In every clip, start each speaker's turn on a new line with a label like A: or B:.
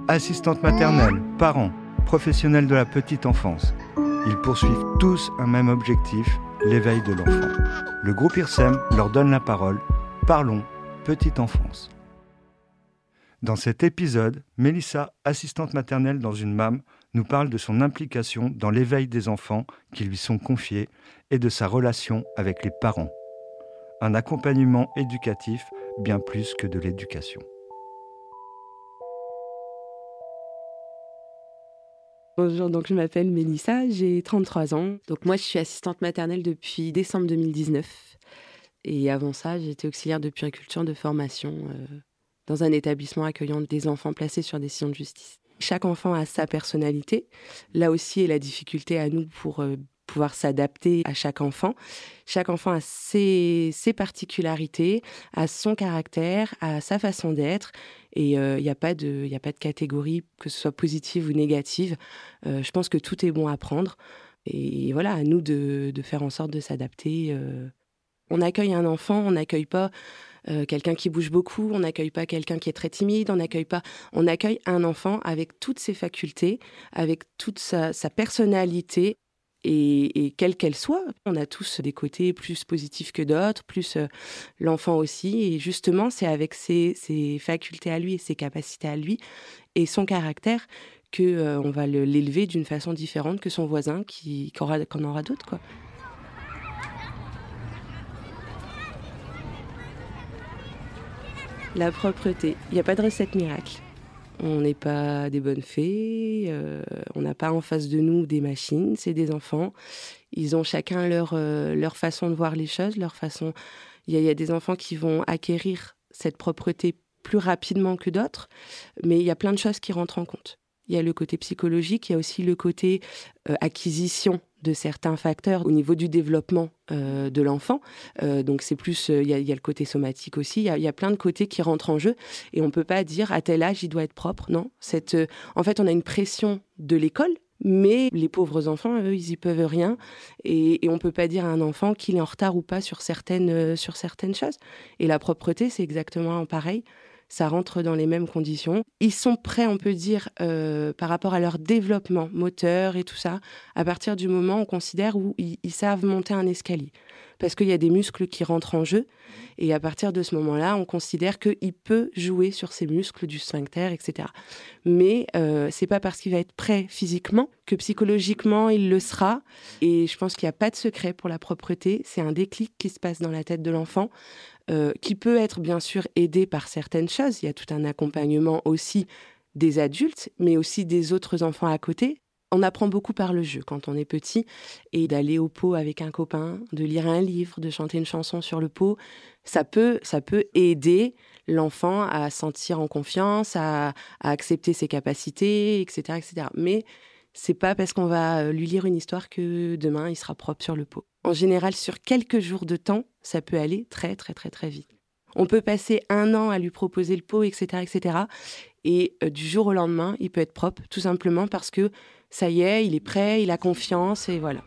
A: Assistantes maternelles, parents, professionnels de la petite enfance. Ils poursuivent tous un même objectif, l'éveil de l'enfant. Le groupe IRSEM leur donne la parole. Parlons petite enfance. Dans cet épisode, Mélissa, assistante maternelle dans une MAM, nous parle de son implication dans l'éveil des enfants qui lui sont confiés et de sa relation avec les parents. Un accompagnement éducatif bien plus que de l'éducation.
B: Bonjour, donc je m'appelle Mélissa, j'ai 33 ans. Donc moi, je suis assistante maternelle depuis décembre 2019. Et avant ça, j'étais auxiliaire de puériculture de formation dans un établissement accueillant des enfants placés sur décision de justice. Chaque enfant a sa personnalité. Là aussi est la difficulté à nous pour pouvoir s'adapter à chaque enfant. Chaque enfant a ses particularités, a son caractère, a sa façon d'être. Et il n'y a pas de catégorie, que ce soit positive ou négative. Je pense que tout est bon à prendre. Et voilà, à nous de faire en sorte de s'adapter. On accueille un enfant, on n'accueille pas quelqu'un qui bouge beaucoup, on n'accueille pas quelqu'un qui est très timide, on accueille un enfant avec toutes ses facultés, avec toute sa personnalité. Et quelle qu'elle soit, on a tous des côtés plus positifs que d'autres, plus l'enfant aussi. Et justement, c'est avec ses facultés à lui et ses capacités à lui et son caractère qu'on va l'élever d'une façon différente que son voisin qu'on aura d'autres, quoi. La propreté, il n'y a pas de recette miracle. On n'est pas des bonnes fées, on n'a pas en face de nous des machines, c'est des enfants. Ils ont chacun leur façon de voir les choses, leur façon. Il y a des enfants qui vont acquérir cette propreté plus rapidement que d'autres, mais il y a plein de choses qui rentrent en compte. Il y a le côté psychologique, il y a aussi le côté acquisition de certains facteurs au niveau du développement de l'enfant. Donc c'est plus, il y a le côté somatique aussi, il y a plein de côtés qui rentrent en jeu et on ne peut pas dire à tel âge il doit être propre, non. En fait, on a une pression de l'école, mais les pauvres enfants, eux, ils y peuvent rien et on ne peut pas dire à un enfant qu'il est en retard ou pas sur certaines choses. Et la propreté, c'est exactement pareil. Ça rentre dans les mêmes conditions. Ils sont prêts, on peut dire, par rapport à leur développement moteur et tout ça, à partir du moment où on considère où ils savent monter un escalier. Parce qu'il y a des muscles qui rentrent en jeu. Et à partir de ce moment-là, on considère qu'il peut jouer sur ces muscles du sphincter, etc. Mais c'est pas parce qu'il va être prêt physiquement que psychologiquement, il le sera. Et je pense qu'il n'y a pas de secret pour la propreté. C'est un déclic qui se passe dans la tête de l'enfant. Qui peut être bien sûr aidé par certaines choses. Il y a tout un accompagnement aussi des adultes, mais aussi des autres enfants à côté. On apprend beaucoup par le jeu quand on est petit, et d'aller au pot avec un copain, de lire un livre, de chanter une chanson sur le pot, ça peut aider l'enfant à se sentir en confiance, à accepter ses capacités, etc., etc. Mais c'est pas parce qu'on va lui lire une histoire que demain il sera propre sur le pot. En général, sur quelques jours de temps, ça peut aller très, très, très, très vite. On peut passer 1 an à lui proposer le pot, etc., etc. Et du jour au lendemain, il peut être propre, tout simplement parce que ça y est, il est prêt, il a confiance, et voilà.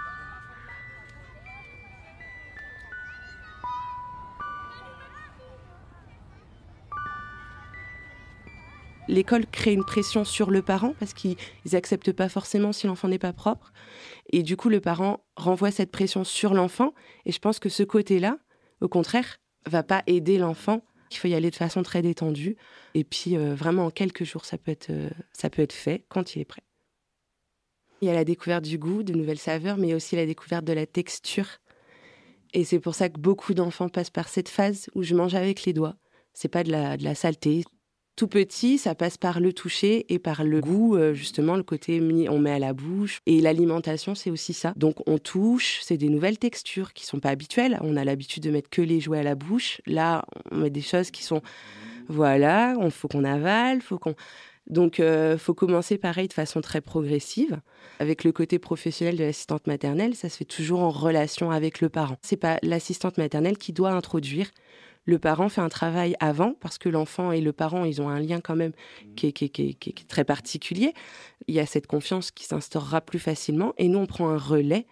B: L'école crée une pression sur le parent parce qu'ils n'acceptent pas forcément si l'enfant n'est pas propre. Et du coup, le parent renvoie cette pression sur l'enfant. Et je pense que ce côté-là, au contraire, va pas aider l'enfant. Il faut y aller de façon très détendue. Et puis, vraiment, en quelques jours, ça peut être fait quand il est prêt. Il y a la découverte du goût, de nouvelles saveurs, mais aussi la découverte de la texture. Et c'est pour ça que beaucoup d'enfants passent par cette phase où je mange avec les doigts. C'est pas de la saleté. Tout petit, ça passe par le toucher et par le goût, justement, le côté on met à la bouche. Et l'alimentation, c'est aussi ça. Donc, on touche, c'est des nouvelles textures qui sont pas habituelles. On a l'habitude de mettre que les jouets à la bouche. Là, on met des choses qui sont, voilà, faut qu'on avale, Donc, faut commencer pareil de façon très progressive. Avec le côté professionnel de l'assistante maternelle, ça se fait toujours en relation avec le parent. C'est pas l'assistante maternelle qui doit introduire. Le parent fait un travail avant, parce que l'enfant et le parent, ils ont un lien quand même qui est très particulier. Il y a cette confiance qui s'instaurera plus facilement. Et nous, on prend un relais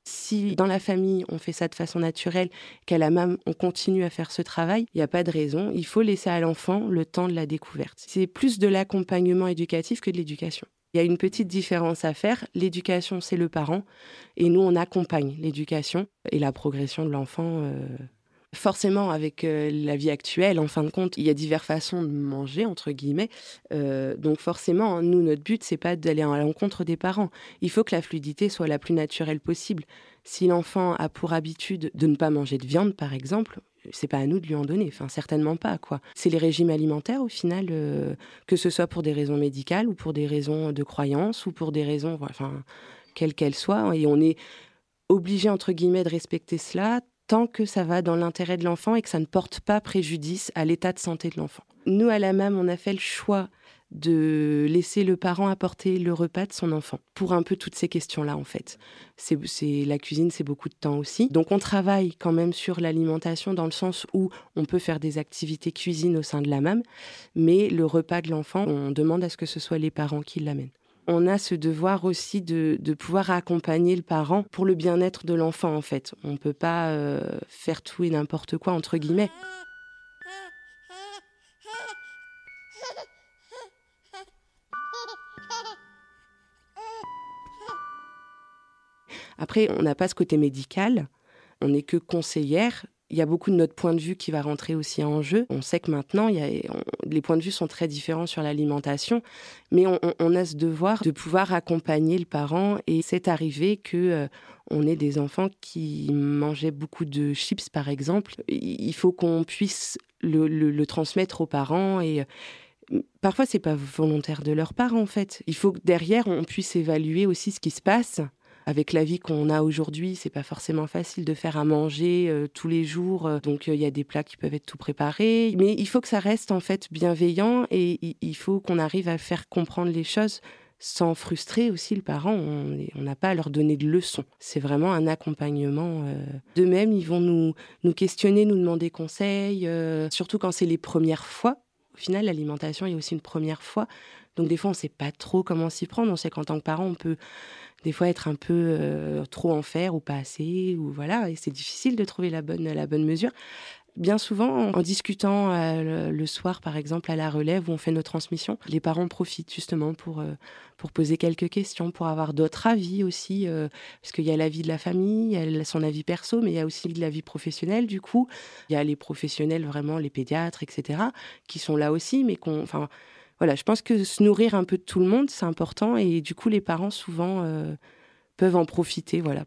B: Si dans la famille, on fait ça de façon naturelle, qu'à la même, on continue à faire ce travail, il n'y a pas de raison. Il faut laisser à l'enfant le temps de la découverte. C'est plus de l'accompagnement éducatif que de l'éducation. Il y a une petite différence à faire. L'éducation, c'est le parent. Et nous, on accompagne l'éducation et la progression de l'enfant. Forcément, avec la vie actuelle, en fin de compte, il y a diverses façons de manger, entre guillemets. Donc forcément, nous, notre but, c'est pas d'aller à l'encontre des parents. Il faut que la fluidité soit la plus naturelle possible. Si l'enfant a pour habitude de ne pas manger de viande, par exemple, c'est pas à nous de lui en donner. Enfin, certainement pas, quoi. C'est les régimes alimentaires, au final, que ce soit pour des raisons médicales ou pour des raisons de croyance ou pour des raisons, enfin, quelles qu'elles soient. Et on est obligé, entre guillemets, de respecter cela tant que ça va dans l'intérêt de l'enfant et que ça ne porte pas préjudice à l'état de santé de l'enfant. Nous, à la MAM, on a fait le choix de laisser le parent apporter le repas de son enfant pour un peu toutes ces questions-là, en fait. La cuisine, c'est beaucoup de temps aussi. Donc, on travaille quand même sur l'alimentation dans le sens où on peut faire des activités cuisine au sein de la MAM, mais le repas de l'enfant, on demande à ce que ce soit les parents qui l'amènent. On a ce devoir aussi de pouvoir accompagner le parent pour le bien-être de l'enfant, en fait. On ne peut pas faire tout et n'importe quoi, entre guillemets. Après, on n'a pas ce côté médical. On n'est que conseillère. Il y a beaucoup de notre point de vue qui va rentrer aussi en jeu. On sait que maintenant, les points de vue sont très différents sur l'alimentation, mais on a ce devoir de pouvoir accompagner le parent. Et c'est arrivé qu'on ait des enfants qui mangeaient beaucoup de chips, par exemple. Il faut qu'on puisse le transmettre aux parents et parfois, c'est pas volontaire de leur part, en fait. Il faut que derrière, on puisse évaluer aussi ce qui se passe. Avec la vie qu'on a aujourd'hui, c'est pas forcément facile de faire à manger tous les jours. Donc, il y a des plats qui peuvent être tout préparés. Mais il faut que ça reste, en fait, bienveillant et il faut qu'on arrive à faire comprendre les choses sans frustrer aussi le parent. On n'a pas à leur donner de leçons. C'est vraiment un accompagnement. De même, ils vont nous questionner, nous demander conseil, surtout quand c'est les premières fois. Au final, l'alimentation est aussi une première fois. Donc, des fois, on ne sait pas trop comment s'y prendre. On sait qu'en tant que parent, on peut des fois être un peu trop en faire ou pas assez. Ou voilà, et c'est difficile de trouver la bonne mesure. Bien souvent, en discutant le soir, par exemple, à la relève où on fait nos transmissions, les parents profitent justement pour poser quelques questions, pour avoir d'autres avis aussi, parce qu'il y a l'avis de la famille, il y a son avis perso, mais il y a aussi de la vie professionnelle, du coup. Il y a les professionnels, vraiment, les pédiatres, etc., qui sont là aussi, mais voilà, je pense que se nourrir un peu de tout le monde, c'est important, et du coup, les parents, souvent, peuvent en profiter, voilà.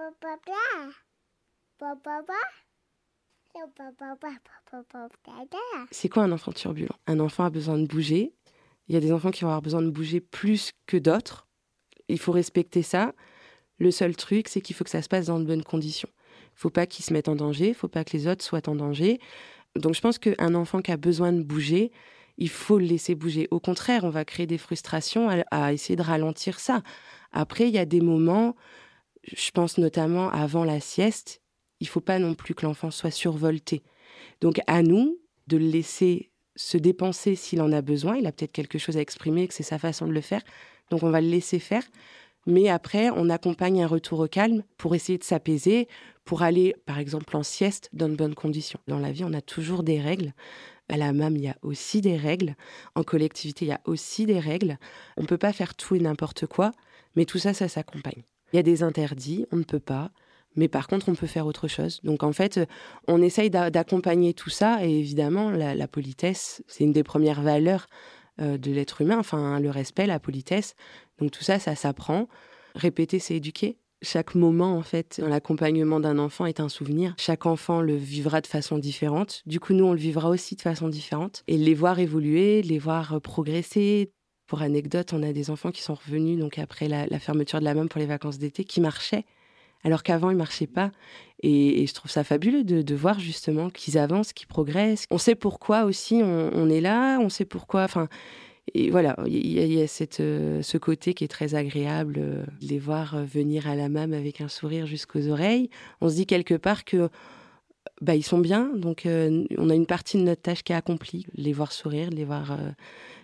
B: C'est quoi un enfant turbulent ? Un enfant a besoin de bouger. Il y a des enfants qui vont avoir besoin de bouger plus que d'autres. Il faut respecter ça. Le seul truc, c'est qu'il faut que ça se passe dans de bonnes conditions. Il ne faut pas qu'ils se mettent en danger. Il ne faut pas que les autres soient en danger. Donc, je pense qu'un enfant qui a besoin de bouger, il faut le laisser bouger. Au contraire, on va créer des frustrations à essayer de ralentir ça. Après, il y a des moments, je pense notamment avant la sieste, il ne faut pas non plus que l'enfant soit survolté. Donc, à nous de le laisser se dépenser s'il en a besoin. Il a peut-être quelque chose à exprimer, que c'est sa façon de le faire. Donc, on va le laisser faire. Mais après, on accompagne un retour au calme pour essayer de s'apaiser, pour aller, par exemple, en sieste dans de bonnes conditions. Dans la vie, on a toujours des règles. À la MAM, il y a aussi des règles. En collectivité, il y a aussi des règles. On ne peut pas faire tout et n'importe quoi, mais tout ça, ça s'accompagne. Il y a des interdits, on ne peut pas. Mais par contre, on peut faire autre chose. Donc, en fait, on essaye d'accompagner tout ça. Et évidemment, la politesse, c'est une des premières valeurs de l'être humain. Enfin, le respect, la politesse. Donc, tout ça, ça s'apprend. Répéter, c'est éduquer. Chaque moment, en fait, dans l'accompagnement d'un enfant est un souvenir. Chaque enfant le vivra de façon différente. Du coup, nous, on le vivra aussi de façon différente. Et les voir évoluer, les voir progresser. Pour anecdote, on a des enfants qui sont revenus donc après la fermeture de la MAM pour les vacances d'été, qui marchaient. Alors qu'avant, ils ne marchaient pas. Et je trouve ça fabuleux de voir justement qu'ils avancent, qu'ils progressent. On sait pourquoi aussi on est là, on sait pourquoi... Et voilà, il y a ce côté qui est très agréable, de les voir venir à la MAM avec un sourire jusqu'aux oreilles. On se dit quelque part que ils sont bien, donc on a une partie de notre tâche qui est accomplie. Les voir sourire, les voir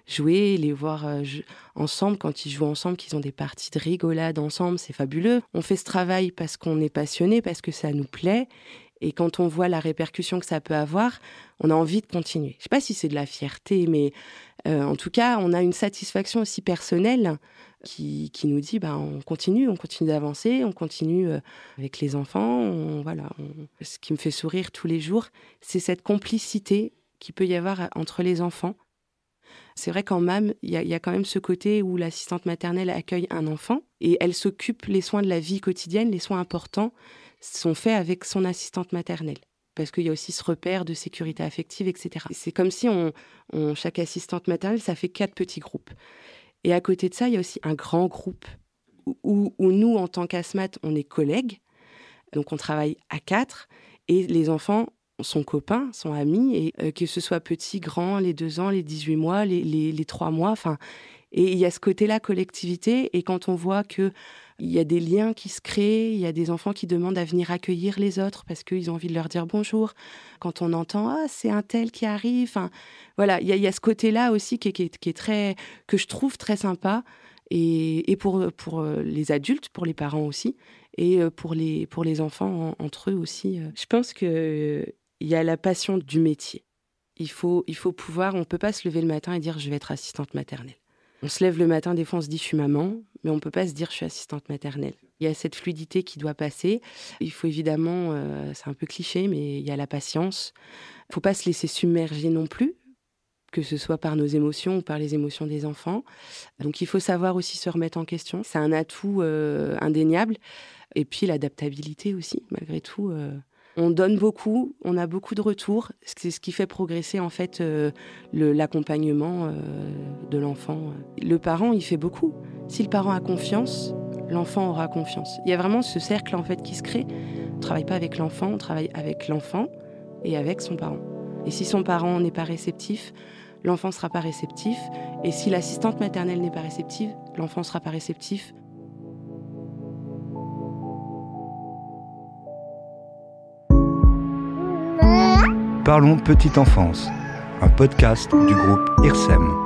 B: jouer, les voir ensemble, quand ils jouent ensemble, qu'ils ont des parties de rigolade ensemble, c'est fabuleux. On fait ce travail parce qu'on est passionné, parce que ça nous plaît. Et quand on voit la répercussion que ça peut avoir, on a envie de continuer. Je ne sais pas si c'est de la fierté, mais en tout cas, on a une satisfaction aussi personnelle qui nous dit on continue d'avancer, on continue avec les enfants. Ce qui me fait sourire tous les jours, c'est cette complicité qu'il peut y avoir entre les enfants. C'est vrai qu'en MAM, il y a quand même ce côté où l'assistante maternelle accueille un enfant et elle s'occupe, les soins de la vie quotidienne, les soins importants sont faits avec son assistante maternelle. Parce qu'il y a aussi ce repère de sécurité affective, etc. C'est comme si chaque assistante maternelle, ça fait 4 petits groupes. Et à côté de ça, il y a aussi un grand groupe où nous, en tant qu'ASMAT, on est collègues. Donc on travaille à 4 et les enfants sont copains, sont amis, et que ce soit petits, grands, les 2 ans, les 18 mois, les 3 mois. Et il y a ce côté-là, collectivité. Et quand on voit qu'il y a des liens qui se créent, il y a des enfants qui demandent à venir accueillir les autres parce qu'ils ont envie de leur dire bonjour. Quand on entend « Ah, c'est un tel qui arrive », voilà, il y a ce côté-là aussi qui est très, que je trouve très sympa. Et pour les adultes, pour les parents aussi, et pour les enfants entre eux aussi. Je pense qu'il y a la passion du métier. Il faut pouvoir, on ne peut pas se lever le matin et dire « je vais être assistante maternelle ». On se lève le matin, des fois on se dit « je suis maman », mais on ne peut pas se dire « je suis assistante maternelle ». Il y a cette fluidité qui doit passer. Il faut évidemment, c'est un peu cliché, mais il y a la patience. Il ne faut pas se laisser submerger non plus, que ce soit par nos émotions ou par les émotions des enfants. Donc il faut savoir aussi se remettre en question. C'est un atout indéniable. Et puis l'adaptabilité aussi, malgré tout. On donne beaucoup, on a beaucoup de retours. C'est ce qui fait progresser en fait l'accompagnement de l'enfant. Le parent, il fait beaucoup. Si le parent a confiance, l'enfant aura confiance. Il y a vraiment ce cercle en fait qui se crée. On ne travaille pas avec l'enfant, on travaille avec l'enfant et avec son parent. Et si son parent n'est pas réceptif, l'enfant ne sera pas réceptif. Et si l'assistante maternelle n'est pas réceptive, l'enfant ne sera pas réceptif.
A: Parlons Petite Enfance, un podcast du groupe IRSEM.